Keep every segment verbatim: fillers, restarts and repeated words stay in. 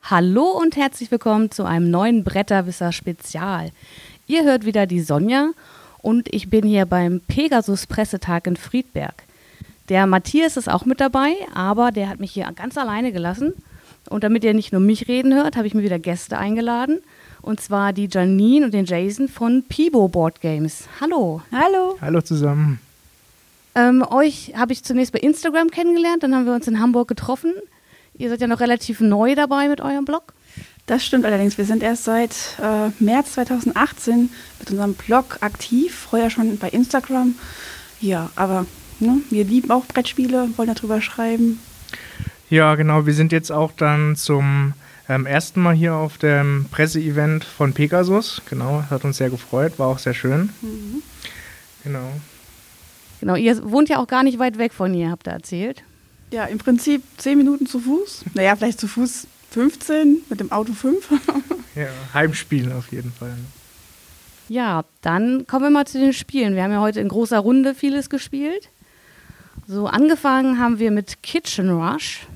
Hallo und herzlich willkommen zu einem neuen Bretterwisser-Spezial. Ihr hört wieder die Sonja und ich bin hier beim Pegasus-Pressetag in Friedberg. Der Matthias ist auch mit dabei, aber der hat mich hier ganz alleine gelassen. Und damit ihr nicht nur mich reden hört, habe ich mir wieder Gäste eingeladen. Und zwar die Janine und den Jason von Pibo Board Games. Hallo. Hallo. Hallo zusammen. Ähm, euch habe ich zunächst bei Instagram kennengelernt, dann haben wir uns in Hamburg getroffen. Ihr seid ja noch relativ neu dabei mit eurem Blog. Das stimmt allerdings. Wir sind erst seit äh, März zweitausendachtzehn mit unserem Blog aktiv. Vorher schon bei Instagram. Ja, aber ne, wir lieben auch Brettspiele, wollen darüber schreiben. Ja, genau. Wir sind jetzt auch dann zum ähm, ersten Mal hier auf dem Presseevent von Pegasus. Genau, hat uns sehr gefreut, war auch sehr schön. Mhm. Genau. Genau, ihr wohnt ja auch gar nicht weit weg von hier, habt ihr erzählt. Ja, im Prinzip zehn Minuten zu Fuß. Naja, vielleicht zu Fuß fünfzehn, mit dem Auto fünf. Ja, Heimspielen auf jeden Fall. Ja, dann kommen wir mal zu den Spielen. Wir haben ja heute in großer Runde vieles gespielt. So, angefangen haben wir mit Kitchen Rush.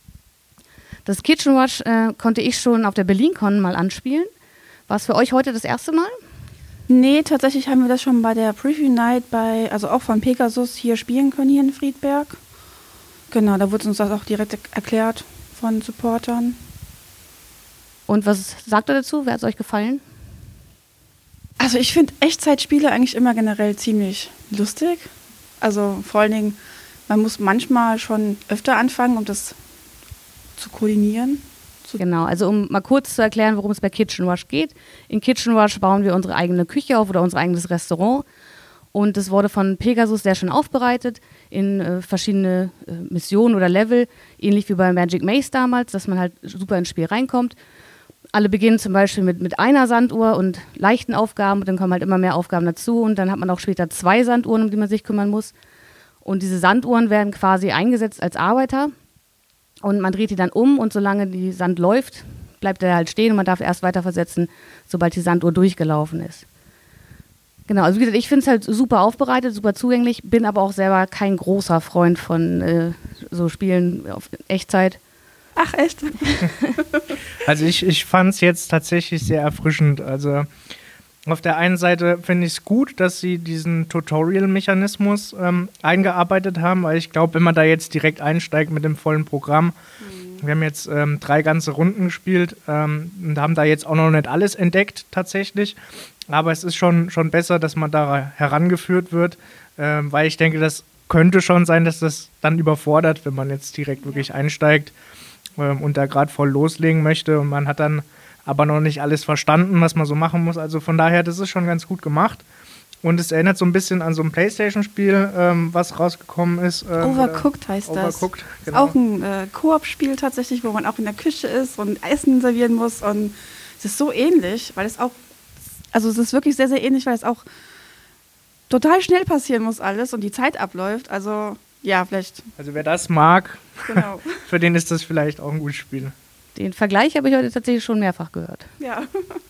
Das Kitchen Rush äh, konnte ich schon auf der BerlinCon mal anspielen. War es für euch heute das erste Mal? Nee, tatsächlich haben wir das schon bei der Preview Night, bei, also auch von Pegasus, hier spielen können, hier in Friedberg. Genau, da wurde uns das auch direkt erklärt von Supportern. Und was sagt ihr dazu? Wer hat es euch gefallen? Also ich finde Echtzeitspiele eigentlich immer generell ziemlich lustig. Also vor allen Dingen, man muss manchmal schon öfter anfangen, um das zu koordinieren. Zu Genau, also um mal kurz zu erklären, worum es bei Kitchen Rush geht. In Kitchen Rush bauen wir unsere eigene Küche auf oder unser eigenes Restaurant. Und es wurde von Pegasus sehr schön aufbereitet in äh, verschiedene äh, Missionen oder Level, ähnlich wie bei Magic Maze damals, dass man halt super ins Spiel reinkommt. Alle beginnen zum Beispiel mit, mit einer Sanduhr und leichten Aufgaben und dann kommen halt immer mehr Aufgaben dazu und dann hat man auch später zwei Sanduhren, um die man sich kümmern muss. Und diese Sanduhren werden quasi eingesetzt als Arbeiter und man dreht die dann um und solange die Sand läuft, bleibt er halt stehen und man darf erst weiter versetzen, sobald die Sanduhr durchgelaufen ist. Genau, also wie gesagt, ich finde es halt super aufbereitet, super zugänglich, bin aber auch selber kein großer Freund von äh, so Spielen auf Echtzeit. Ach, echt? Also ich, ich fand es jetzt tatsächlich sehr erfrischend. Also auf der einen Seite finde ich es gut, dass sie diesen Tutorial-Mechanismus ähm, eingearbeitet haben, weil ich glaube, wenn man da jetzt direkt einsteigt mit dem vollen Programm, mhm. wir haben jetzt ähm, drei ganze Runden gespielt ähm, und haben da jetzt auch noch nicht alles entdeckt tatsächlich, aber es ist schon, schon besser, dass man da herangeführt wird, ähm, weil ich denke, das könnte schon sein, dass das dann überfordert, wenn man jetzt direkt wirklich ja. einsteigt ähm, und da gerade voll loslegen möchte und man hat dann aber noch nicht alles verstanden, was man so machen muss. Also von daher, das ist schon ganz gut gemacht. Und es erinnert so ein bisschen an so ein PlayStation-Spiel, ähm, was rausgekommen ist. Ähm, Overcooked heißt das. Overcooked, genau. Ist auch ein äh, Koop-Spiel tatsächlich, wo man auch in der Küche ist und Essen servieren muss. Und es ist so ähnlich, weil es auch, also es ist wirklich sehr, sehr ähnlich, weil es auch total schnell passieren muss alles und die Zeit abläuft. Also ja, vielleicht. Also wer das mag, genau. für den ist das vielleicht auch ein gutes Spiel. Den Vergleich habe ich heute tatsächlich schon mehrfach gehört. Ja.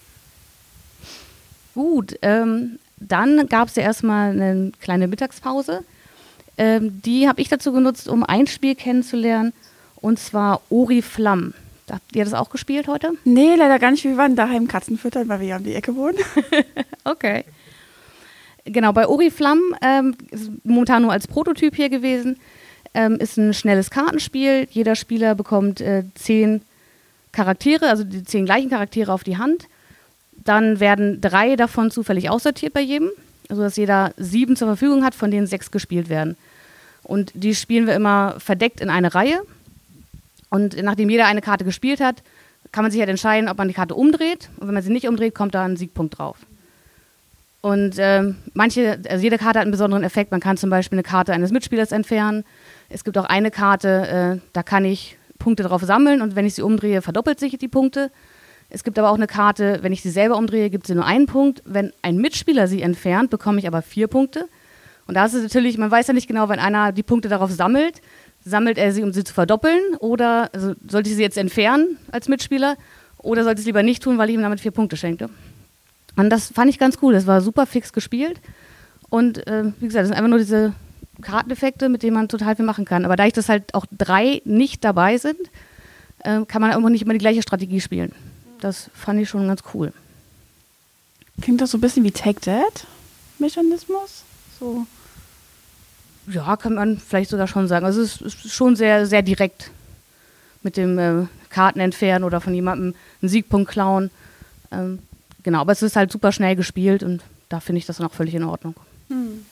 Gut, ähm, dann gab es ja erstmal eine kleine Mittagspause. Ähm, die habe ich dazu genutzt, um ein Spiel kennenzulernen, und zwar Oriflamme. Habt ihr das auch gespielt heute? Nee, leider gar nicht. Wir waren daheim Katzen füttern, weil wir ja um die Ecke wohnen. Okay. Genau, bei Oriflamme, ähm, ist momentan nur als Prototyp hier gewesen, ähm, ist ein schnelles Kartenspiel. Jeder Spieler bekommt äh, zehn Charaktere, also die zehn gleichen Charaktere auf die Hand. Dann werden drei davon zufällig aussortiert bei jedem, also dass jeder sieben zur Verfügung hat, von denen sechs gespielt werden. Und die spielen wir immer verdeckt in eine Reihe. Und nachdem jeder eine Karte gespielt hat, kann man sich halt entscheiden, ob man die Karte umdreht. Und wenn man sie nicht umdreht, kommt da ein Siegpunkt drauf. Und ähm, manche, also jede Karte hat einen besonderen Effekt. Man kann zum Beispiel eine Karte eines Mitspielers entfernen. Es gibt auch eine Karte, äh, da kann ich Punkte drauf sammeln und wenn ich sie umdrehe, verdoppelt sich die Punkte. Es gibt aber auch eine Karte, wenn ich sie selber umdrehe, gibt sie nur einen Punkt. Wenn ein Mitspieler sie entfernt, bekomme ich aber vier Punkte. Und da ist es natürlich, man weiß ja nicht genau, wenn einer die Punkte darauf sammelt, sammelt er sie, um sie zu verdoppeln, oder also sollte ich sie jetzt entfernen als Mitspieler oder sollte ich es lieber nicht tun, weil ich ihm damit vier Punkte schenkte. Und das fand ich ganz cool, das war super fix gespielt und äh, wie gesagt, das sind einfach nur diese Karteneffekte, mit denen man total viel machen kann. Aber da ich das halt auch drei nicht dabei sind, äh, kann man irgendwo nicht immer die gleiche Strategie spielen. Das fand ich schon ganz cool. Klingt das so ein bisschen wie Take-That-Mechanismus? So. Ja, kann man vielleicht sogar schon sagen. Also es ist schon sehr, sehr direkt mit dem äh, Karten entfernen oder von jemandem einen Siegpunkt klauen. Ähm, genau, aber es ist halt super schnell gespielt und da finde ich das dann auch völlig in Ordnung. Hm.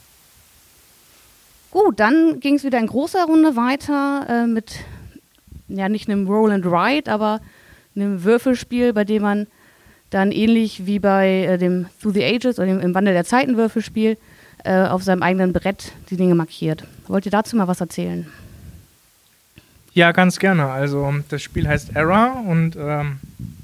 Gut, dann ging es wieder in großer Runde weiter äh, mit, ja nicht einem Roll and Ride, aber einem Würfelspiel, bei dem man dann ähnlich wie bei äh, dem Through the Ages oder dem im Wandel der Zeiten Würfelspiel äh, auf seinem eigenen Brett die Dinge markiert. Wollt ihr dazu mal was erzählen? Ja, ganz gerne. Also das Spiel heißt Era und ähm,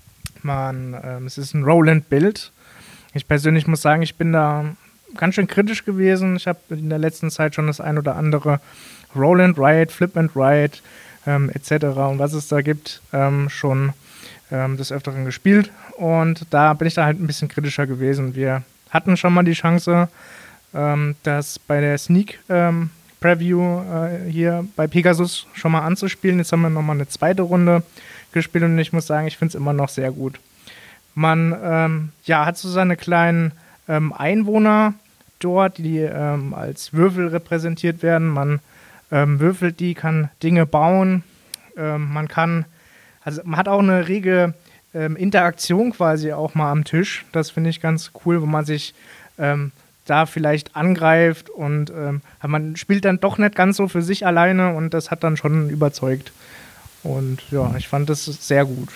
man, ähm, es ist ein Roll-and-Build. Ich persönlich muss sagen, ich bin da ganz schön kritisch gewesen. Ich habe in der letzten Zeit schon das ein oder andere Roll-and-Ride, Flip-and-Ride ähm, et cetera und was es da gibt, ähm, schon ähm, des Öfteren gespielt. Und da bin ich da halt ein bisschen kritischer gewesen. Wir hatten schon mal die Chance, ähm, das bei der Sneak ähm, Preview äh, hier bei Pegasus schon mal anzuspielen. Jetzt haben wir nochmal eine zweite Runde gespielt und ich muss sagen, ich finde es immer noch sehr gut. Man ähm, ja, hat so seine kleinen ähm, Einwohner dort, die ähm, als Würfel repräsentiert werden. Man ähm, würfelt die, kann Dinge bauen. Ähm, man kann, also man hat auch eine rege ähm, Interaktion quasi auch mal am Tisch. Das finde ich ganz cool, wo man sich ähm, da vielleicht angreift und ähm, man spielt dann doch nicht ganz so für sich alleine und das hat dann schon überzeugt. Und ja, ich fand das sehr gut.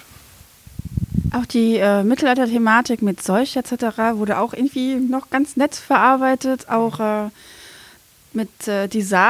Auch die äh, Mittelalter-Thematik mit Seuch et cetera wurde auch irgendwie noch ganz nett verarbeitet. Auch äh, mit äh,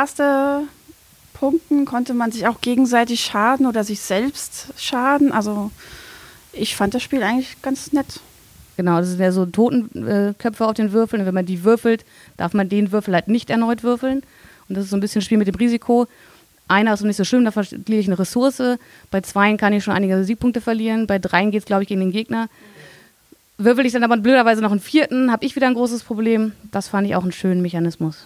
Desaster-Punkten konnte man sich auch gegenseitig schaden oder sich selbst schaden. Also ich fand das Spiel eigentlich ganz nett. Genau, das sind ja so Totenköpfe äh, auf den Würfeln. Und wenn man die würfelt, darf man den Würfel halt nicht erneut würfeln. Und das ist so ein bisschen Spiel mit dem Risiko. Einer ist noch nicht so schlimm, da verliere ich eine Ressource. Bei zweien kann ich schon einige Siegpunkte verlieren. Bei dreien geht es, glaube ich, gegen den Gegner. Würfel ich dann aber blöderweise noch einen vierten, habe ich wieder ein großes Problem. Das fand ich auch einen schönen Mechanismus.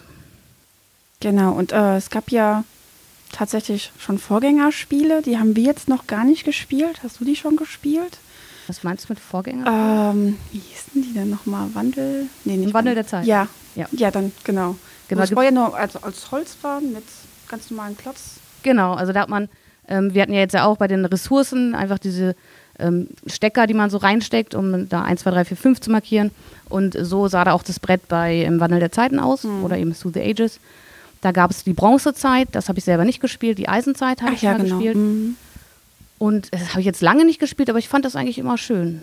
Genau, und äh, es gab ja tatsächlich schon Vorgängerspiele, die haben wir jetzt noch gar nicht gespielt. Hast du die schon gespielt? Was meinst du mit Vorgänger? Ähm, wie hießen die denn nochmal? Wandel? Nee, nicht Wandel der Zeit. Ja, ja, ja dann, genau. genau Das war ja nur als, als Holz waren mit ganz normalen Platz. Genau, also da hat man, ähm, wir hatten ja jetzt ja auch bei den Ressourcen einfach diese ähm, Stecker, die man so reinsteckt, um da eins, zwei, drei, vier, fünf zu markieren. Und so sah da auch das Brett bei im Wandel der Zeiten aus mhm. oder eben Through the Ages. Da gab es die Bronzezeit, das habe ich selber nicht gespielt, die Eisenzeit habe ich ja genau. gespielt. Mhm. Und das habe ich jetzt lange nicht gespielt, aber ich fand das eigentlich immer schön.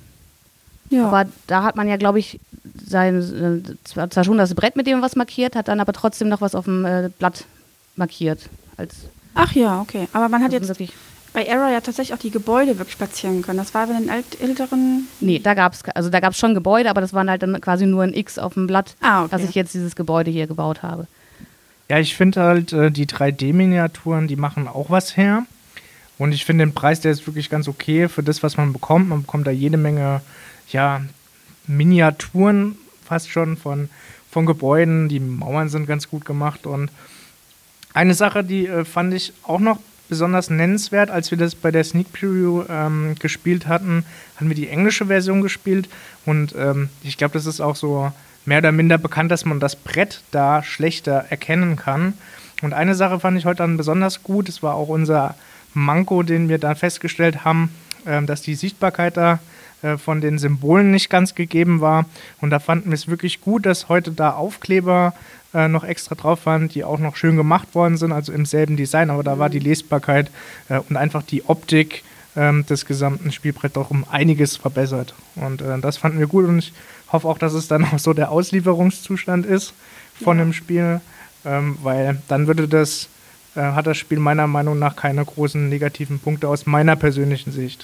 Ja. Aber da hat man ja, glaube ich, sein, äh, zwar schon das Brett, mit dem man was markiert, hat dann aber trotzdem noch was auf dem äh, Blatt markiert. Als Ach ja, okay. Aber man hat jetzt wirklich bei Era ja tatsächlich auch die Gebäude wirklich platzieren können. Das war bei den alt- älteren... Nee, da gab es also da gab's schon Gebäude, aber das waren halt dann quasi nur ein X auf dem Blatt, ah, okay. dass ich jetzt dieses Gebäude hier gebaut habe. Ja, ich finde halt, äh, die drei D-Miniaturen, die machen auch was her. Und ich finde den Preis, der ist wirklich ganz okay für das, was man bekommt. Man bekommt da jede Menge, ja, Miniaturen fast schon von, von Gebäuden. Die Mauern sind ganz gut gemacht. Und eine Sache, die äh, fand ich auch noch besonders nennenswert, als wir das bei der Sneak Preview ähm, gespielt hatten, haben wir die englische Version gespielt. Und ähm, ich glaube, das ist auch so mehr oder minder bekannt, dass man das Brett da schlechter erkennen kann. Und eine Sache fand ich heute dann besonders gut. Das war auch unser Manko, den wir da festgestellt haben, äh, dass die Sichtbarkeit da äh, von den Symbolen nicht ganz gegeben war. Und da fanden wir es wirklich gut, dass heute da Aufkleber äh, noch extra drauf waren, die auch noch schön gemacht worden sind, also im selben Design. Aber da war die Lesbarkeit äh, und einfach die Optik äh, des gesamten Spielbretts doch um einiges verbessert. Und äh, das fanden wir gut und ich hoffe auch, dass es dann auch so der Auslieferungszustand ist von ja. dem Spiel, ähm, weil dann würde das hat das Spiel meiner Meinung nach keine großen negativen Punkte aus meiner persönlichen Sicht.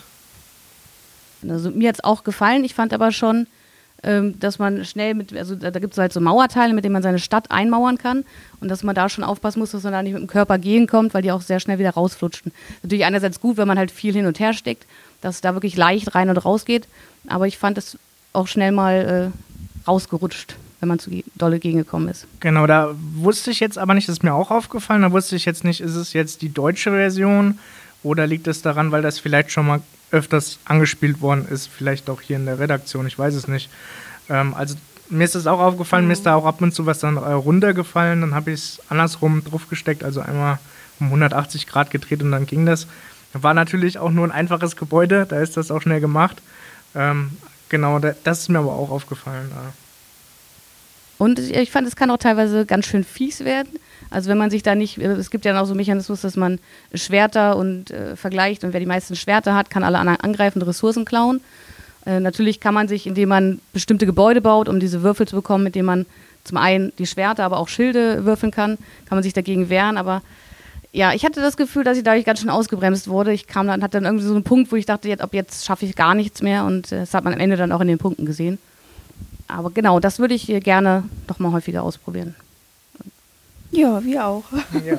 Also mir hat es auch gefallen. Ich fand aber schon, ähm, dass man schnell mit, also da, da gibt es halt so Mauerteile, mit denen man seine Stadt einmauern kann und dass man da schon aufpassen muss, dass man da nicht mit dem Körper gegenkommt, weil die auch sehr schnell wieder rausflutschen. Natürlich einerseits gut, wenn man halt viel hin und her steckt, dass es da wirklich leicht rein und raus geht, aber ich fand es auch schnell mal äh, rausgerutscht, wenn man zu dolle gegengekommen ist. Genau, da wusste ich jetzt aber nicht, das ist mir auch aufgefallen, da wusste ich jetzt nicht, ist es jetzt die deutsche Version Oder liegt es daran, weil das vielleicht schon mal öfters angespielt worden ist, vielleicht auch hier in der Redaktion, ich weiß es nicht. Ähm, also mir ist es auch aufgefallen, mhm. mir ist da auch ab und zu was dann äh, runtergefallen, dann habe ich es andersrum draufgesteckt, also einmal um hundertachtzig Grad gedreht und dann ging das. War natürlich auch nur ein einfaches Gebäude, da ist das auch schnell gemacht. Ähm, genau, da, das ist mir aber auch aufgefallen. Ja. Und ich fand, es kann auch teilweise ganz schön fies werden. Also wenn man sich da nicht, es gibt ja noch so einen Mechanismus, dass man Schwerter und äh, vergleicht und wer die meisten Schwerter hat, kann alle anderen angreifen und Ressourcen klauen. Äh, natürlich kann man sich, indem man bestimmte Gebäude baut, um diese Würfel zu bekommen, mit denen man zum einen die Schwerter, aber auch Schilde würfeln kann, kann man sich dagegen wehren. Aber ja, ich hatte das Gefühl, dass ich dadurch ganz schön ausgebremst wurde. Ich kam dann, hatte dann irgendwie so einen Punkt, wo ich dachte, jetzt, ab jetzt schaffe ich gar nichts mehr und äh, das hat man am Ende dann auch in den Punkten gesehen. Aber genau, das würde ich gerne doch mal häufiger ausprobieren. Ja, wir auch. Ja.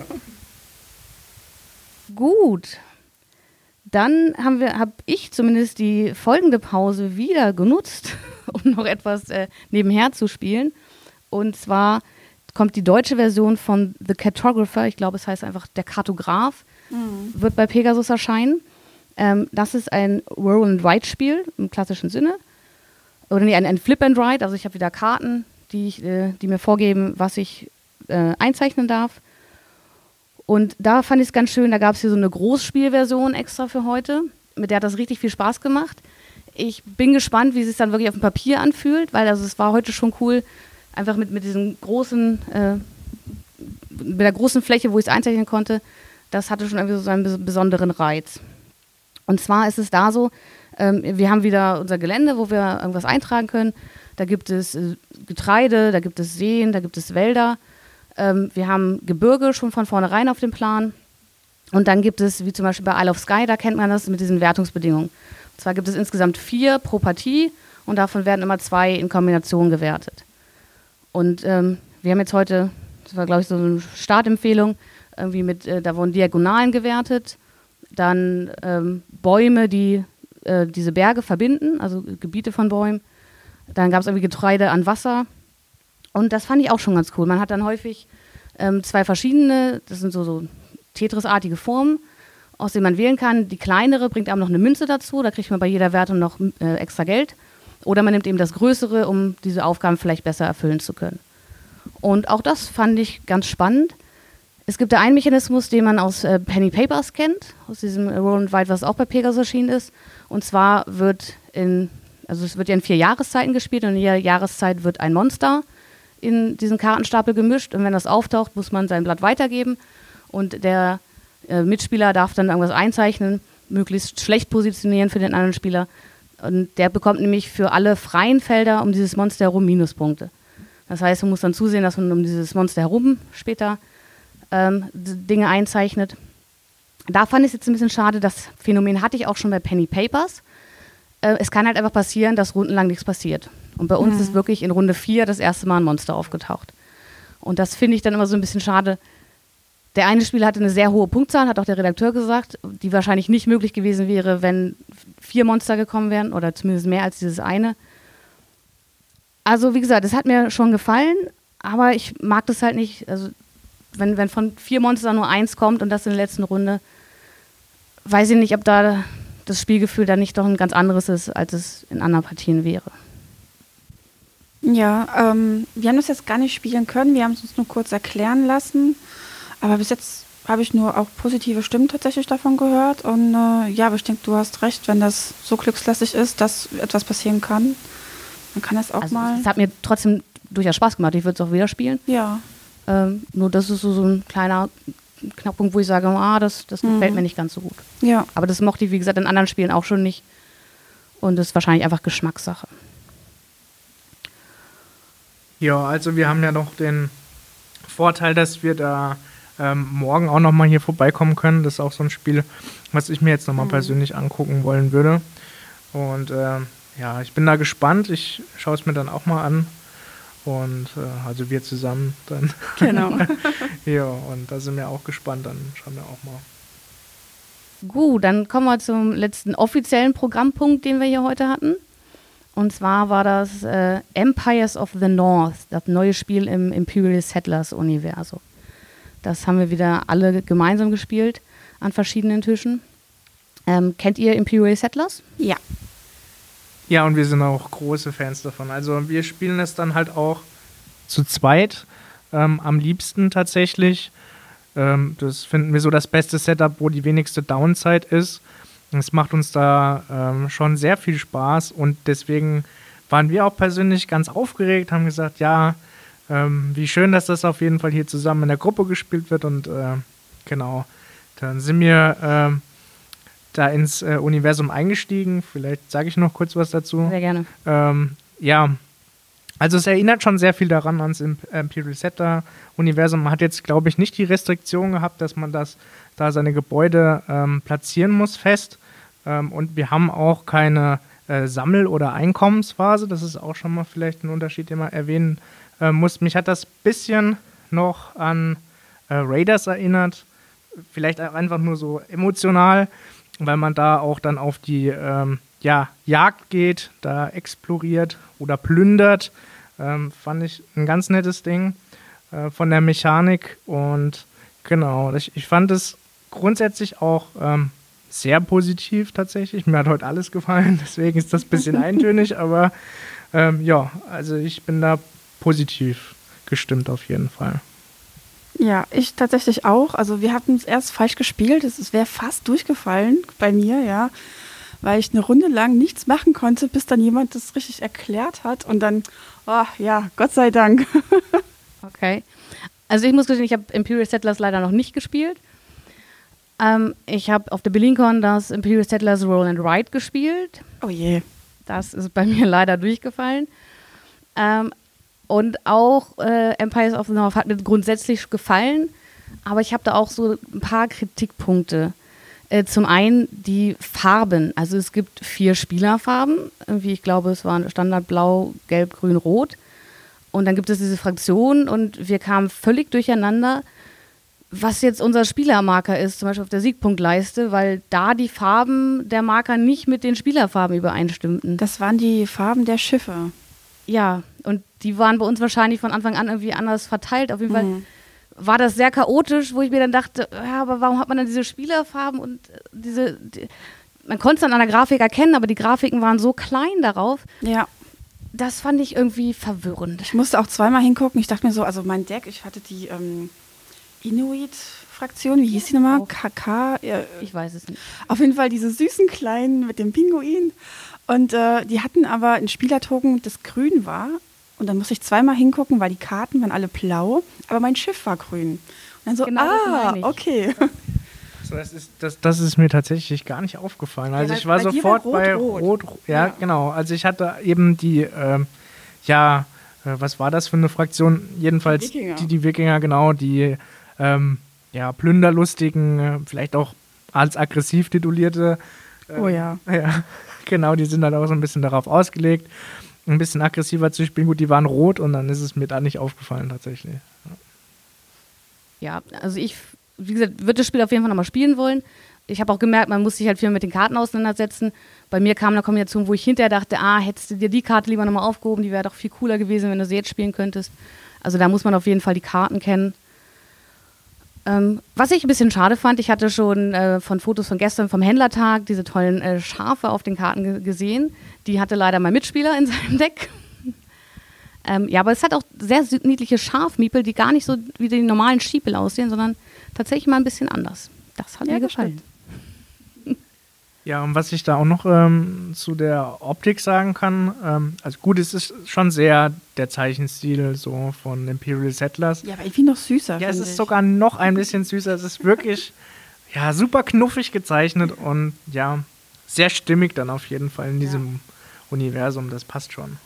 Gut. Dann haben wir, habe ich zumindest die folgende Pause wieder genutzt, um noch etwas äh, nebenher zu spielen. Und zwar kommt die deutsche Version von The Cartographer, ich glaube, es heißt einfach der Kartograf, mhm. wird bei Pegasus erscheinen. Ähm, das ist ein Roll-and-Write-Spiel im klassischen Sinne. Oder nee, ein, ein Flip-and-Write, also ich habe wieder Karten, die, ich, äh, die mir vorgeben, was ich äh, einzeichnen darf. Und da fand ich es ganz schön, da gab es hier so eine Großspielversion extra für heute, mit der hat das richtig viel Spaß gemacht. Ich bin gespannt, wie es sich dann wirklich auf dem Papier anfühlt, weil also es war heute schon cool, einfach mit, mit diesem großen, äh, mit der großen Fläche, wo ich es einzeichnen konnte, das hatte schon irgendwie so einen besonderen Reiz. Und zwar ist es da so, ähm, wir haben wieder unser Gelände, wo wir irgendwas eintragen können. Da gibt es äh, Getreide, da gibt es Seen, da gibt es Wälder. Ähm, wir haben Gebirge schon von vornherein auf dem Plan. Und dann gibt es, wie zum Beispiel bei Isle of Skye, da kennt man das mit diesen Wertungsbedingungen. Und zwar gibt es insgesamt vier pro Partie und davon werden immer zwei in Kombination gewertet. Und ähm, wir haben jetzt heute, das war glaube ich so eine Startempfehlung, irgendwie mit, äh, da wurden Diagonalen gewertet, dann ähm, Bäume, die äh, diese Berge verbinden, also Gebiete von Bäumen. Dann gab es irgendwie Getreide an Wasser. Und das fand ich auch schon ganz cool. Man hat dann häufig ähm, zwei verschiedene, das sind so, so Tetris-artige Formen, aus denen man wählen kann. Die kleinere bringt einem noch eine Münze dazu, da kriegt man bei jeder Wertung noch äh, extra Geld. Oder man nimmt eben das Größere, um diese Aufgaben vielleicht besser erfüllen zu können. Und auch das fand ich ganz spannend. Es gibt da einen Mechanismus, den man aus äh, Penny Papers kennt, aus diesem Roll-and-Write, was auch bei Pegasus erschienen ist. Und zwar wird in, also es wird ja in vier Jahreszeiten gespielt und in jeder Jahreszeit wird ein Monster in diesen Kartenstapel gemischt. Und wenn das auftaucht, muss man sein Blatt weitergeben. Und der äh, Mitspieler darf dann irgendwas einzeichnen, möglichst schlecht positionieren für den anderen Spieler. Und der bekommt nämlich für alle freien Felder um dieses Monster herum Minuspunkte. Das heißt, man muss dann zusehen, dass man um dieses Monster herum später ähm, Dinge einzeichnet. Da fand ich es jetzt ein bisschen schade, das Phänomen hatte ich auch schon bei Penny Papers. Äh, es kann halt einfach passieren, dass rundenlang nichts passiert. Und bei uns mhm. ist wirklich in Runde vier das erste Mal ein Monster aufgetaucht. Und das finde ich dann immer so ein bisschen schade. Der eine Spieler hatte eine sehr hohe Punktzahl, hat auch der Redakteur gesagt, die wahrscheinlich nicht möglich gewesen wäre, wenn vier Monster gekommen wären oder zumindest mehr als dieses eine. Also wie gesagt, es hat mir schon gefallen, aber ich mag das halt nicht. Also wenn, wenn von vier Monstern nur eins kommt und das in der letzten Runde, weiß ich nicht, ob da das Spielgefühl dann nicht doch ein ganz anderes ist, als es in anderen Partien wäre. Ja, ähm, wir haben das jetzt gar nicht spielen können, wir haben es uns nur kurz erklären lassen. Aber bis jetzt habe ich nur auch positive Stimmen tatsächlich davon gehört. Und äh, ja, aber ich denke, du hast recht, wenn das so glückslässig ist, dass etwas passieren kann, dann kann das auch also, mal... Es hat mir trotzdem durchaus Spaß gemacht. Ich würde es auch wieder spielen. Ja. Ähm, nur das ist so, so ein kleiner Knackpunkt, wo ich sage, ah, das, das gefällt mhm. mir nicht ganz so gut. Ja. Aber das mochte ich, wie gesagt, in anderen Spielen auch schon nicht. Und das ist wahrscheinlich einfach Geschmackssache. Ja, also wir haben ja noch den Vorteil, dass wir da ähm, morgen auch nochmal hier vorbeikommen können. Das ist auch so ein Spiel, was ich mir jetzt nochmal mhm. persönlich angucken wollen würde. Und ähm, ja, ich bin da gespannt. Ich schaue es mir dann auch mal an. Und äh, also wir zusammen dann. Genau. Ja, und da sind wir auch gespannt. Dann schauen wir auch mal. Gut, dann kommen wir zum letzten offiziellen Programmpunkt, den wir hier heute hatten. Und zwar war das äh, Empires of the North, das neue Spiel im Imperial Settlers-Universum. Das haben wir wieder alle gemeinsam gespielt an verschiedenen Tischen. Ähm, kennt ihr Imperial Settlers? Ja. Ja, und wir sind auch große Fans davon. Also wir spielen es dann halt auch zu zweit, ähm, am liebsten tatsächlich. Ähm, das finden wir so das beste Setup, wo die wenigste Downside ist. Es macht uns da ähm, schon sehr viel Spaß und deswegen waren wir auch persönlich ganz aufgeregt, haben gesagt, ja, ähm, wie schön, dass das auf jeden Fall hier zusammen in der Gruppe gespielt wird und äh, genau, dann sind wir äh, da ins äh, Universum eingestiegen. Vielleicht sage ich noch kurz was dazu. Sehr gerne. Ähm, ja, also es erinnert schon sehr viel daran ans Imperial Settler-Universum. Man hat jetzt, glaube ich, nicht die Restriktion gehabt, dass man das da seine Gebäude ähm, platzieren muss fest. Ähm, und wir haben auch keine äh, Sammel- oder Einkommensphase. Das ist auch schon mal vielleicht ein Unterschied, den man erwähnen äh, muss. Mich hat das ein bisschen noch an äh, Raiders erinnert. Vielleicht auch einfach nur so emotional, weil man da auch dann auf die ähm, ja, Jagd geht, da exploriert oder plündert. Ähm, fand ich ein ganz nettes Ding äh, von der Mechanik. Und genau, ich, ich fand es grundsätzlich auch ähm, sehr positiv tatsächlich. Mir hat heute alles gefallen, deswegen ist das ein bisschen eintönig, aber ähm, ja, also ich bin da positiv gestimmt auf jeden Fall. Ja, ich tatsächlich auch. Also wir hatten es erst falsch gespielt. Es wäre fast durchgefallen bei mir, ja, weil ich eine Runde lang nichts machen konnte, bis dann jemand das richtig erklärt hat und dann, oh ja, Gott sei Dank. Okay. Also ich muss gestehen, ich habe Imperial Settlers leider noch nicht gespielt. Ähm, ich habe auf der BerlinCon das Imperial Settlers Roll and Ride gespielt. Oh je. Das ist bei mir leider durchgefallen. Ähm, Und auch äh, Empires of the North hat mir grundsätzlich gefallen, aber ich habe da auch so ein paar Kritikpunkte. Äh, zum einen die Farben. Also es gibt vier Spielerfarben. Irgendwie, ich glaube, es waren Standard Blau, Gelb, Grün, Rot. Und dann gibt es diese Fraktionen und wir kamen völlig durcheinander, was jetzt unser Spielermarker ist, zum Beispiel auf der Siegpunktleiste, weil da die Farben der Marker nicht mit den Spielerfarben übereinstimmten. Das waren die Farben der Schiffe. Ja, und die waren bei uns wahrscheinlich von Anfang an irgendwie anders verteilt. Auf jeden Fall Mhm. war das sehr chaotisch, wo ich mir dann dachte, ja, aber warum hat man dann diese Spielerfarben und diese, die, man konnte es dann an der Grafik erkennen, aber die Grafiken waren so klein darauf. Ja. Das fand ich irgendwie verwirrend. Ich musste auch zweimal hingucken. Ich dachte mir so, also mein Deck, ich hatte die ähm, Inuit-Fraktion, wie hieß die nochmal? K K? Äh, Ich weiß es nicht. Auf jeden Fall diese süßen Kleinen mit dem Pinguin. Und äh, die hatten aber ein Spielertoken, das grün war. Und dann musste ich zweimal hingucken, weil die Karten waren alle blau, aber mein Schiff war grün. Und dann so, Genau, das ah, meine ich. okay. So, das, ist, das, das ist mir tatsächlich gar nicht aufgefallen. Also Ja, ich war bei dir sofort war bei Rot, Rot. Rot. Ja, Ja. genau. Also ich hatte eben die, ähm, ja, äh, was war das für eine Fraktion? Jedenfalls Die Wikinger. die, die Wikinger, genau, die ähm, ja, plünderlustigen, äh, vielleicht auch als aggressiv titulierte. Äh, Oh ja. Ja, genau, die sind halt auch so ein bisschen darauf ausgelegt, ein bisschen aggressiver zu spielen. Gut, die waren rot und dann ist es mir da nicht aufgefallen tatsächlich. Ja, also ich, wie gesagt, würde das Spiel auf jeden Fall nochmal spielen wollen. Ich habe auch gemerkt, man muss sich halt viel mit den Karten auseinandersetzen. Bei mir kam eine Kombination, wo ich hinterher dachte, ah, hättest du dir die Karte lieber nochmal aufgehoben, die wäre doch viel cooler gewesen, wenn du sie jetzt spielen könntest. Also da muss man auf jeden Fall die Karten kennen. Ähm, was ich ein bisschen schade fand, ich hatte schon äh, von Fotos von gestern vom Händlertag diese tollen äh, Schafe auf den Karten ge- gesehen. Die hatte leider mein Mitspieler in seinem Deck. ähm, ja, aber es hat auch sehr sü- niedliche Schafmiepel, die gar nicht so wie die normalen Schiepel aussehen, sondern tatsächlich mal ein bisschen anders. Das hat Ja, mir das gefallen. Ja, und was ich da auch noch ähm, zu der Optik sagen kann, ähm, also gut, es ist schon sehr der Zeichenstil so von Imperial Settlers. Ja, aber irgendwie noch süßer. Ja, es finde ist ich. sogar noch ein bisschen süßer. Es ist wirklich ja, super knuffig gezeichnet und ja, sehr stimmig dann auf jeden Fall in diesem Universum. Das passt schon.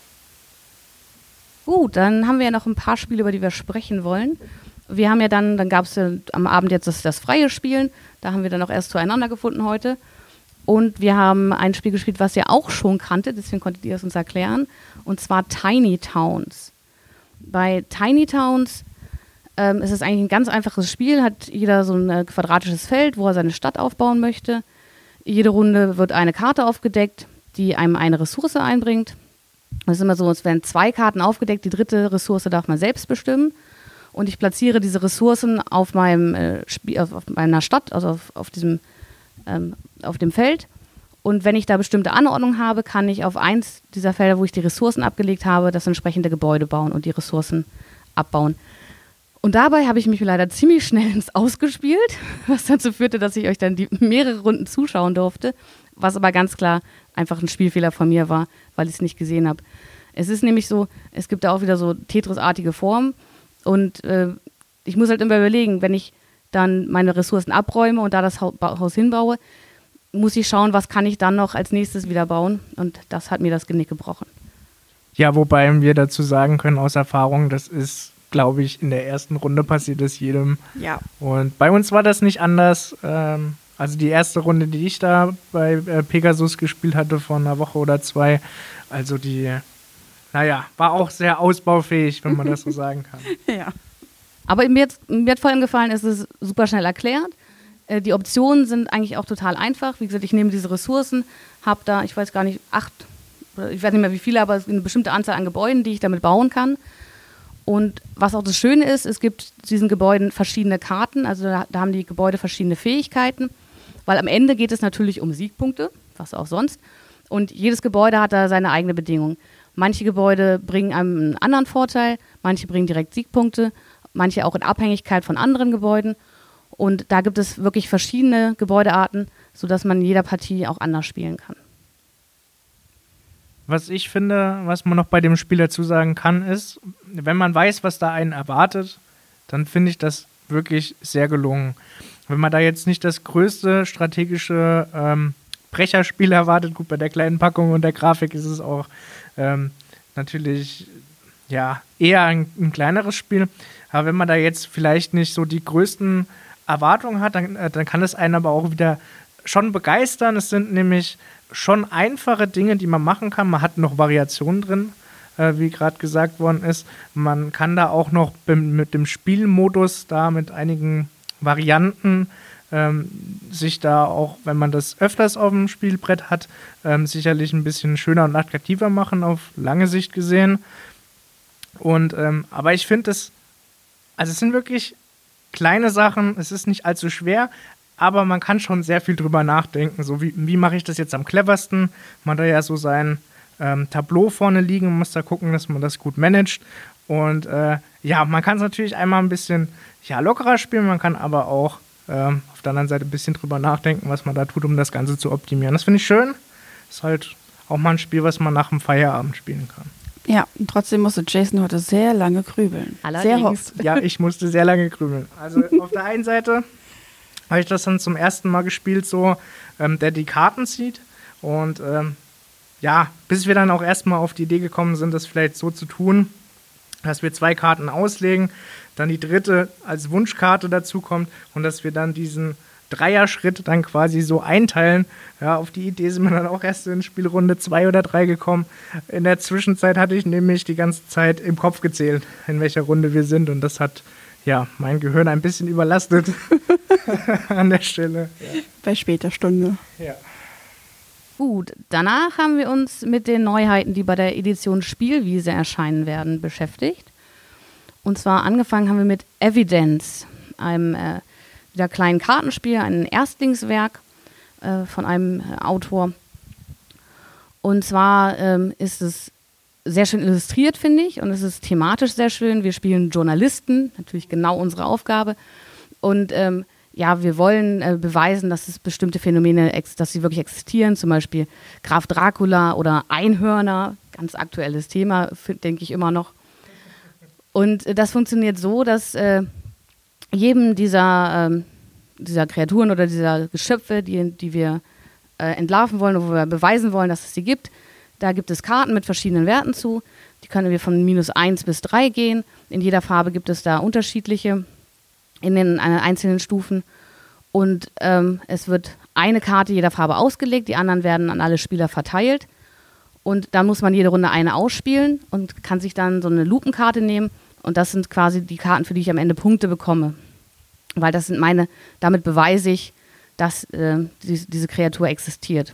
Gut, dann haben wir ja noch ein paar Spiele, über die wir sprechen wollen. Wir haben ja dann, dann gab es ja am Abend jetzt das, das freie Spielen. Da haben wir dann auch erst zueinander gefunden heute. Und wir haben ein Spiel gespielt, was ihr auch schon kanntet, deswegen konntet ihr es uns erklären. Und zwar Tiny Towns. Bei Tiny Towns ähm, ist es eigentlich ein ganz einfaches Spiel. Hat jeder so ein äh, quadratisches Feld, wo er seine Stadt aufbauen möchte. Jede Runde wird eine Karte aufgedeckt, die einem eine Ressource einbringt. Es ist immer so, es werden zwei Karten aufgedeckt, die dritte Ressource darf man selbst bestimmen. Und ich platziere diese Ressourcen auf, meinem, äh, Spiel, auf, auf meiner Stadt, also auf, auf diesem ähm, auf dem Feld. Und wenn ich da bestimmte Anordnungen habe, kann ich auf eins dieser Felder, wo ich die Ressourcen abgelegt habe, das entsprechende Gebäude bauen und die Ressourcen abbauen. Und dabei habe ich mich leider ziemlich schnell ins Ausgespielt, was dazu führte, dass ich euch dann die mehrere Runden zuschauen durfte, was aber ganz klar einfach ein Spielfehler von mir war, weil ich es nicht gesehen habe. Es ist nämlich so, es gibt da auch wieder so Tetris-artige Formen und äh, ich muss halt immer überlegen, wenn ich dann meine Ressourcen abräume und da das Haus hinbaue, muss ich schauen, was kann ich dann noch als nächstes wieder bauen. Und das hat mir das Genick gebrochen. Ja, wobei wir dazu sagen können aus Erfahrung, das ist, glaube ich, in der ersten Runde passiert das jedem. Ja. Und bei uns war das nicht anders. Ähm, also die erste Runde, die ich da bei äh, Pegasus gespielt hatte vor einer Woche oder zwei, also die, naja, war auch sehr ausbaufähig, wenn man das so sagen kann. Ja. Aber mir, jetzt, mir hat vor allem gefallen, es ist super schnell erklärt. Die Optionen sind eigentlich auch total einfach. Wie gesagt, ich nehme diese Ressourcen, habe da, ich weiß gar nicht, acht, oder ich weiß nicht mehr wie viele, aber eine bestimmte Anzahl an Gebäuden, die ich damit bauen kann. Und was auch das Schöne ist, es gibt diesen Gebäuden verschiedene Karten, also da, da haben die Gebäude verschiedene Fähigkeiten, weil am Ende geht es natürlich um Siegpunkte, was auch sonst. Und jedes Gebäude hat da seine eigene Bedingung. Manche Gebäude bringen einem einen anderen Vorteil, manche bringen direkt Siegpunkte, manche auch in Abhängigkeit von anderen Gebäuden. Und da gibt es wirklich verschiedene Gebäudearten, sodass man in jeder Partie auch anders spielen kann. Was ich finde, was man noch bei dem Spiel dazu sagen kann, ist, wenn man weiß, was da einen erwartet, dann finde ich das wirklich sehr gelungen. Wenn man da jetzt nicht das größte strategische ähm, Brecherspiel erwartet, gut, bei der kleinen Packung und der Grafik ist es auch ähm, natürlich ja, eher ein, ein kleineres Spiel. Aber wenn man da jetzt vielleicht nicht so die größten Erwartungen hat, dann, dann kann es einen aber auch wieder schon begeistern. Es sind nämlich schon einfache Dinge, die man machen kann. Man hat noch Variationen drin, äh, wie gerade gesagt worden ist. Man kann da auch noch mit dem Spielmodus da mit einigen Varianten ähm, sich da auch, wenn man das öfters auf dem Spielbrett hat, ähm, sicherlich ein bisschen schöner und attraktiver machen, auf lange Sicht gesehen. Und ähm, aber ich finde es, also es sind wirklich kleine Sachen, es ist nicht allzu schwer, aber man kann schon sehr viel drüber nachdenken. So wie, wie mache ich das jetzt am cleversten? Man hat da ja so sein ähm, Tableau vorne liegen und muss da gucken, dass man das gut managt. Und äh, ja, man kann es natürlich einmal ein bisschen ja, lockerer spielen, man kann aber auch ähm, auf der anderen Seite ein bisschen drüber nachdenken, was man da tut, um das Ganze zu optimieren. Das finde ich schön. Ist halt auch mal ein Spiel, was man nach dem Feierabend spielen kann. Ja, und trotzdem musste Jason heute sehr lange grübeln. Allerdings. Sehr oft. Ja, ich musste sehr lange grübeln. Also auf der einen Seite habe ich das dann zum ersten Mal gespielt, so, ähm, der die Karten zieht. Und ähm, ja, bis wir dann auch erstmal auf die Idee gekommen sind, das vielleicht so zu tun, dass wir zwei Karten auslegen, dann die dritte als Wunschkarte dazu kommt und dass wir dann diesen Dreier-Schritt dann quasi so einteilen. Ja, auf die Idee sind wir dann auch erst in Spielrunde zwei oder drei gekommen. In der Zwischenzeit hatte ich nämlich die ganze Zeit im Kopf gezählt, in welcher Runde wir sind. Und das hat ja mein Gehirn ein bisschen überlastet an der Stelle. Ja. Bei später Stunde. Ja. Gut, danach haben wir uns mit den Neuheiten, die bei der Edition Spielwiese erscheinen werden, beschäftigt. Und zwar angefangen haben wir mit Evidence, einem äh, wieder kleinen Kartenspiel, ein Erstlingswerk äh, von einem äh, Autor. Und zwar ähm, ist es sehr schön illustriert, finde ich, und es ist thematisch sehr schön. Wir spielen Journalisten, natürlich genau unsere Aufgabe. Und ähm, ja, wir wollen äh, beweisen, dass es bestimmte Phänomene, ex- dass sie wirklich existieren, zum Beispiel Graf Dracula oder Einhörner, ganz aktuelles Thema, denke ich immer noch. Und äh, das funktioniert so, dass äh, jedem dieser, ähm, dieser Kreaturen oder dieser Geschöpfe, die, die wir äh, entlarven wollen, wo wir beweisen wollen, dass es sie gibt, da gibt es Karten mit verschiedenen Werten zu. Die können wir von minus eins bis drei gehen. In jeder Farbe gibt es da unterschiedliche in den äh, einzelnen Stufen. Und ähm, es wird eine Karte jeder Farbe ausgelegt, die anderen werden an alle Spieler verteilt. Und dann muss man jede Runde eine ausspielen und kann sich dann so eine Lupenkarte nehmen. Und das sind quasi die Karten, für die ich am Ende Punkte bekomme. Weil das sind meine, damit beweise ich, dass äh, die, diese Kreatur existiert.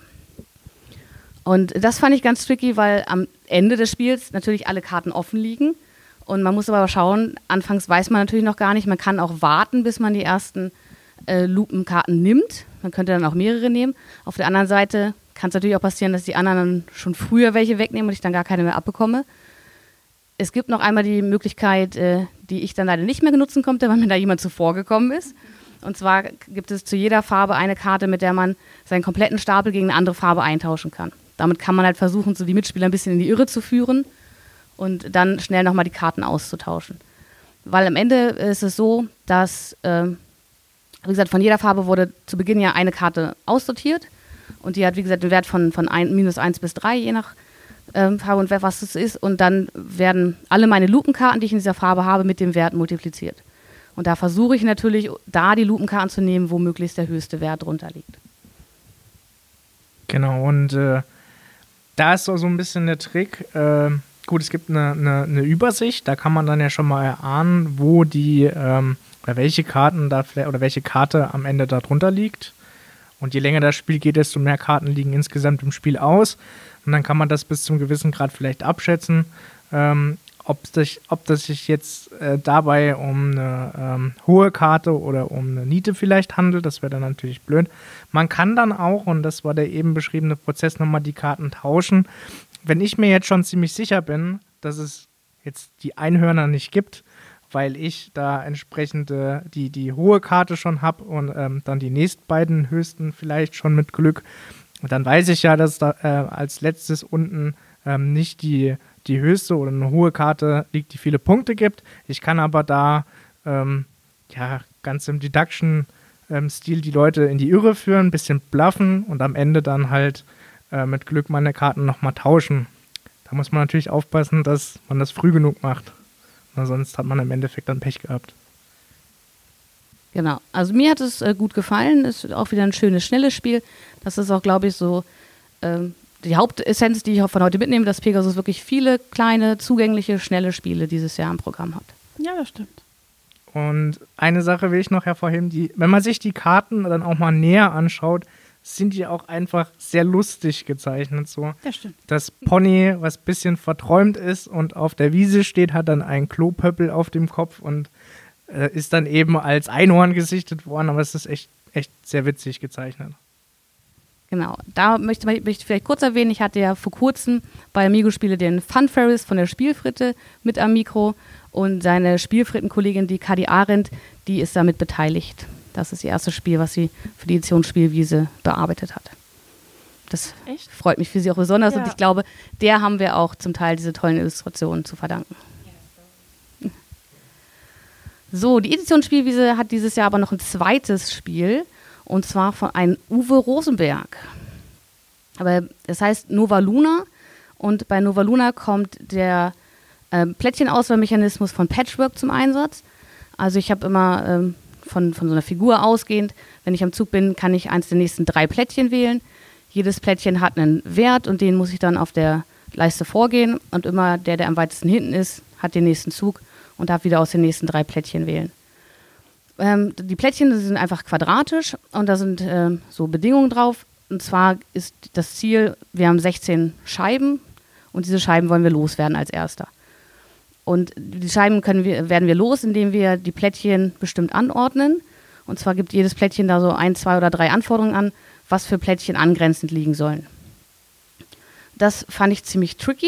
Und das fand ich ganz tricky, weil am Ende des Spiels natürlich alle Karten offen liegen. Und man muss aber schauen, anfangs weiß man natürlich noch gar nicht, man kann auch warten, bis man die ersten äh, Lupenkarten nimmt. man könnte dann auch mehrere nehmen. Auf der anderen Seite kann es natürlich auch passieren, dass die anderen dann schon früher welche wegnehmen und ich dann gar keine mehr abbekomme. Es gibt noch einmal die Möglichkeit, äh, die ich dann leider nicht mehr nutzen konnte, weil mir da jemand zuvor gekommen ist. Und zwar gibt es zu jeder Farbe eine Karte, mit der man seinen kompletten Stapel gegen eine andere Farbe eintauschen kann. Damit kann man halt versuchen, so die Mitspieler ein bisschen in die Irre zu führen und dann schnell nochmal die Karten auszutauschen. Weil am Ende ist es so, dass, äh, wie gesagt, von jeder Farbe wurde zu Beginn ja eine Karte aussortiert. Und die hat, wie gesagt, einen Wert von, von ein, minus eins bis drei, je nach ähm, Farbe und Wert, was es ist. Und dann werden alle meine Lupenkarten, die ich in dieser Farbe habe, mit dem Wert multipliziert. Und da versuche ich natürlich, da die Lupenkarten zu nehmen, wo möglichst der höchste Wert drunter liegt. Genau, und äh, da ist so, so ein bisschen der Trick. Äh, gut, es gibt eine, eine, eine Übersicht, da kann man dann ja schon mal erahnen, wo die, ähm, oder welche Karten da, oder welche Karte am Ende da drunter liegt. Und je länger das Spiel geht, desto mehr Karten liegen insgesamt im Spiel aus. Und dann kann man das bis zum gewissen Grad vielleicht abschätzen, ähm, ob, sich, ob das sich jetzt äh, dabei um eine ähm, hohe Karte oder um eine Niete vielleicht handelt. Das wäre dann natürlich blöd. Man kann dann auch, und das war der eben beschriebene Prozess, nochmal die Karten tauschen. Wenn ich mir jetzt schon ziemlich sicher bin, dass es jetzt die Einhörner nicht gibt, weil ich da entsprechend äh, die, die hohe Karte schon habe und ähm, dann die nächsten beiden höchsten vielleicht schon mit Glück. Und dann weiß ich ja, dass da äh, als letztes unten ähm, nicht die, die höchste oder eine hohe Karte liegt, die viele Punkte gibt. Ich kann aber da ähm, ja ganz im Deduction-Stil die Leute in die Irre führen, ein bisschen bluffen und am Ende dann halt äh, mit Glück meine Karten nochmal tauschen. Da muss man natürlich aufpassen, dass man das früh genug macht. Na, sonst hat man im Endeffekt dann Pech gehabt. Genau, also mir hat es äh, gut gefallen. Ist auch wieder ein schönes, schnelles Spiel. Das ist auch, glaube ich, so ähm, die Hauptessenz, die ich auch von heute mitnehme, dass Pegasus wirklich viele kleine, zugängliche, schnelle Spiele dieses Jahr im Programm hat. Ja, das stimmt. Und eine Sache will ich noch hervorheben, die, wenn man sich die Karten dann auch mal näher anschaut, sind die auch einfach sehr lustig gezeichnet. So. Das stimmt. Das Pony, was ein bisschen verträumt ist und auf der Wiese steht, hat dann einen Klopöppel auf dem Kopf und äh, ist dann eben als Einhorn gesichtet worden, aber es ist echt, echt sehr witzig gezeichnet. Genau, da möchte, möchte ich vielleicht kurz erwähnen, ich hatte ja vor kurzem bei Amigo-Spiele den Fun Ferris von der Spielfritte mit am Mikro und seine Spielfrittenkollegin, die Kadi Arendt, die ist damit beteiligt. Das ist ihr erstes Spiel, was sie für die Edition Spielwiese bearbeitet hat. Das Echt? freut mich für sie auch besonders Ja. und ich glaube, der haben wir auch zum Teil diese tollen Illustrationen zu verdanken. So, die Edition Spielwiese hat dieses Jahr aber noch ein zweites Spiel und zwar von einem Uwe Rosenberg. Aber das heißt Nova Luna und bei Nova Luna kommt der äh, Plättchenauswahlmechanismus von Patchwork zum Einsatz. Also ich habe immer ähm, von, von so einer Figur ausgehend, wenn ich am Zug bin, kann ich eins der nächsten drei Plättchen wählen. Jedes Plättchen hat einen Wert und den muss ich dann auf der Leiste vorgehen und immer der, der am weitesten hinten ist, hat den nächsten Zug und darf wieder aus den nächsten drei Plättchen wählen. Ähm, die Plättchen sind einfach quadratisch und da sind ähm, so Bedingungen drauf. Und zwar ist das Ziel, wir haben sechzehn Scheiben und diese Scheiben wollen wir loswerden als erster. Und die Scheiben können wir, werden wir los, indem wir die Plättchen bestimmt anordnen. Und zwar gibt jedes Plättchen da so ein, zwei oder drei Anforderungen an, was für Plättchen angrenzend liegen sollen. Das fand ich ziemlich tricky.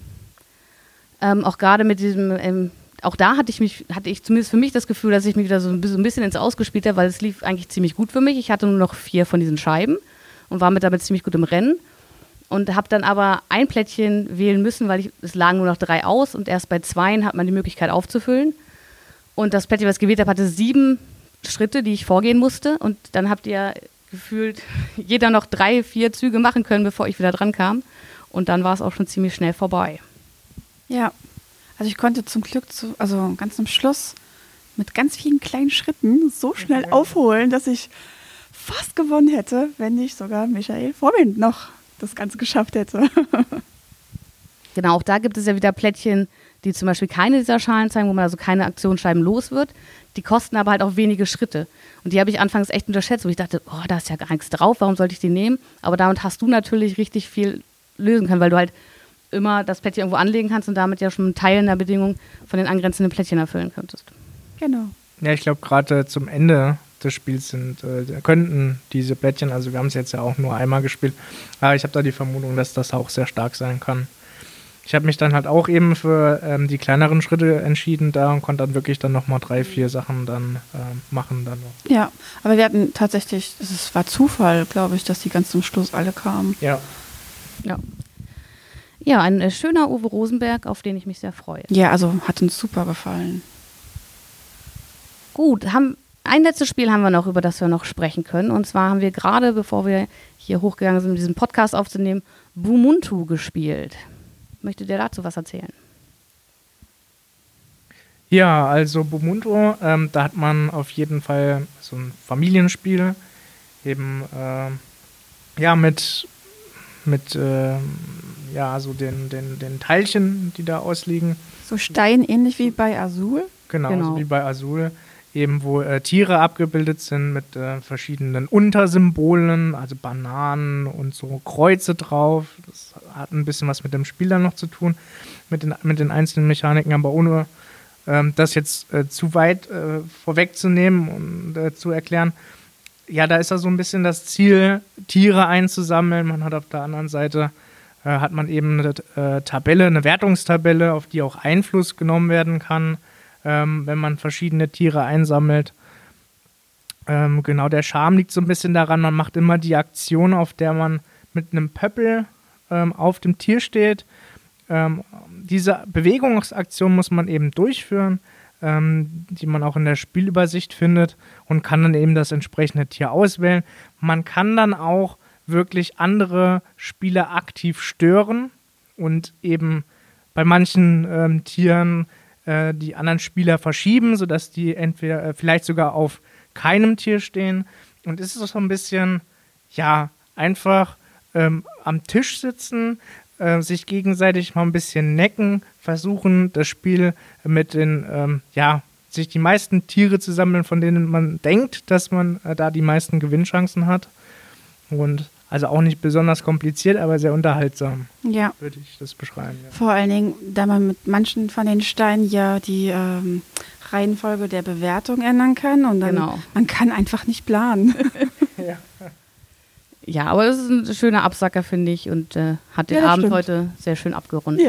Ähm, auch gerade mit diesem, ähm, auch da hatte ich mich, hatte ich zumindest für mich das Gefühl, dass ich mich wieder so ein bisschen, ein bisschen ins Ausgespielt habe, weil es lief eigentlich ziemlich gut für mich. Ich hatte nur noch vier von diesen Scheiben und war mit damit ziemlich gut im Rennen. Und habe dann aber ein Plättchen wählen müssen, weil ich, es lagen nur noch drei aus und erst bei zweien hat man die Möglichkeit aufzufüllen. Und das Plättchen, was ich gewählt habe, hatte sieben Schritte, die ich vorgehen musste. Und dann habt ihr gefühlt jeder noch drei, vier Züge machen können, bevor ich wieder dran kam. Und dann war es auch schon ziemlich schnell vorbei. Ja, also ich konnte zum Glück, zu, also ganz am Schluss, mit ganz vielen kleinen Schritten so schnell aufholen, dass ich fast gewonnen hätte, wenn nicht sogar Michael vor mir noch das Ganze geschafft hätte. Genau, auch da gibt es ja wieder Plättchen, die zum Beispiel keine dieser Schalen zeigen, wo man also keine Aktionsscheiben los wird. Die kosten aber halt auch wenige Schritte. Und die habe ich anfangs echt unterschätzt, wo ich dachte, oh, da ist ja gar nichts drauf, warum sollte ich die nehmen? Aber damit hast du natürlich richtig viel lösen können, weil du halt immer das Plättchen irgendwo anlegen kannst und damit ja schon einen Teil einer Bedingung von den angrenzenden Plättchen erfüllen könntest. Genau. Ja, ich glaube, gerade zum Ende des Spiels sind, äh, könnten diese Blättchen, also wir haben es jetzt ja auch nur einmal gespielt, aber ich habe da die Vermutung, dass das auch sehr stark sein kann. Ich habe mich dann halt auch eben für ähm, die kleineren Schritte entschieden da und konnte dann wirklich dann nochmal drei, vier Sachen dann äh, machen. Dann noch. Ja, aber wir hatten tatsächlich, es war Zufall, glaube ich, dass die ganz zum Schluss alle kamen. Ja. Ja. Ja, ein äh, schöner Uwe Rosenberg, auf den ich mich sehr freue. Ja, also hat uns super gefallen. Gut, haben, ein letztes Spiel haben wir noch, über das wir noch sprechen können. Und zwar haben wir gerade, bevor wir hier hochgegangen sind, diesen Podcast aufzunehmen, Bumuntu gespielt. Möchtet ihr dazu was erzählen? Ja, also Bumuntu, ähm, da hat man auf jeden Fall so ein Familienspiel, eben äh, ja mit, mit äh, ja, so den, den, den Teilchen, die da ausliegen. So steinähnlich wie bei Azul. Genau, Genau. so wie bei Azul. Eben wo äh, Tiere abgebildet sind mit äh, verschiedenen Untersymbolen, also Bananen und so Kreuze drauf. Das hat ein bisschen was mit dem Spiel dann noch zu tun, mit den, mit den einzelnen Mechaniken, aber ohne ähm, das jetzt äh, zu weit äh, vorwegzunehmen und äh, zu erklären. Ja, da ist ja so ein bisschen das Ziel, Tiere einzusammeln. Man hat auf der anderen Seite äh, hat man eben eine äh, Tabelle, eine Wertungstabelle, auf die auch Einfluss genommen werden kann, Ähm, wenn man verschiedene Tiere einsammelt. Ähm, genau, der Charme liegt so ein bisschen daran, man macht immer die Aktion, auf der man mit einem Pöppel ähm, auf dem Tier steht. Ähm, diese Bewegungsaktion muss man eben durchführen, ähm, die man auch in der Spielübersicht findet und kann dann eben das entsprechende Tier auswählen. Man kann dann auch wirklich andere Spieler aktiv stören und eben bei manchen ähm, Tieren die anderen Spieler verschieben, sodass die entweder äh, vielleicht sogar auf keinem Tier stehen. Und es ist so ein bisschen, ja, einfach ähm, am Tisch sitzen, äh, sich gegenseitig mal ein bisschen necken, versuchen, das Spiel mit den, ähm, ja, sich die meisten Tiere zu sammeln, von denen man denkt, dass man äh, da die meisten Gewinnchancen hat. Und also auch nicht besonders kompliziert, aber sehr unterhaltsam, Ja. würde ich das beschreiben. Ja. Vor allen Dingen, da man mit manchen von den Steinen ja die ähm, Reihenfolge der Bewertung ändern kann und dann Genau. man kann einfach nicht planen. Ja. Ja, aber das ist ein schöner Absacker, finde ich, und äh, hat den Ja, das Abend stimmt. heute sehr schön abgerundet. Ja.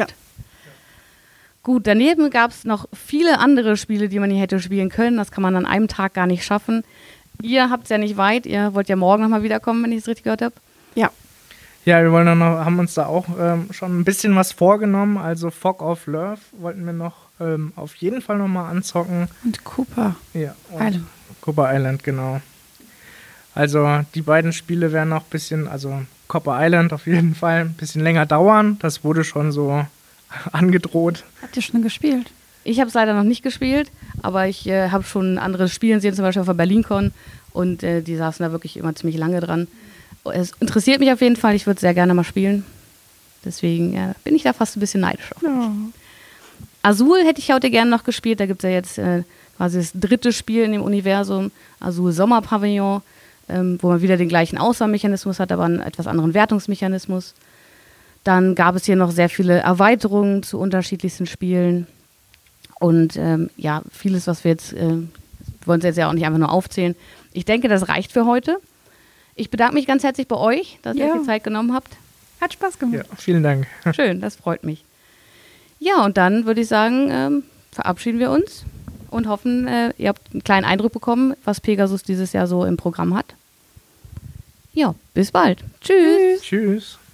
Gut, daneben gab es noch viele andere Spiele, die man hier hätte spielen können. Das kann man an einem Tag gar nicht schaffen. Ihr habt es ja nicht weit, ihr wollt ja morgen nochmal wiederkommen, wenn ich es richtig gehört habe. Ja. Ja, wir wollen dann noch, haben uns da auch ähm, schon ein bisschen was vorgenommen. Also Fog of Love wollten wir noch ähm, auf jeden Fall nochmal anzocken. Und Cooper. Ja, und Island. Copper Island, genau. Also die beiden Spiele werden noch ein bisschen, also Copper Island auf jeden Fall ein bisschen länger dauern. Das wurde schon so angedroht. Habt ihr schon gespielt? Ich habe es leider noch nicht gespielt, aber ich äh, habe schon andere Spiele gesehen, zum Beispiel auf der BerlinCon, und äh, die saßen da wirklich immer ziemlich lange dran. Es interessiert mich auf jeden Fall, ich würde sehr gerne mal spielen. Deswegen äh, bin ich da fast ein bisschen neidisch auf. Ja. Azul hätte ich heute gerne noch gespielt, da gibt es ja jetzt äh, quasi das dritte Spiel in dem Universum, Azul Sommerpavillon, ähm, wo man wieder den gleichen Auswahlmechanismus hat, aber einen etwas anderen Wertungsmechanismus. Dann gab es hier noch sehr viele Erweiterungen zu unterschiedlichsten Spielen. Und ähm, ja, vieles, was wir jetzt, äh, wir wollen es jetzt ja auch nicht einfach nur aufzählen. Ich denke, das reicht für heute. Ich bedanke mich ganz herzlich bei euch, dass Ja. ihr euch die Zeit genommen habt. Hat Spaß gemacht. Ja, vielen Dank. Schön, das freut mich. Ja, und dann würde ich sagen, ähm, verabschieden wir uns und hoffen, äh, ihr habt einen kleinen Eindruck bekommen, was Pegasus dieses Jahr so im Programm hat. Ja, bis bald. Tschüss. Tschüss.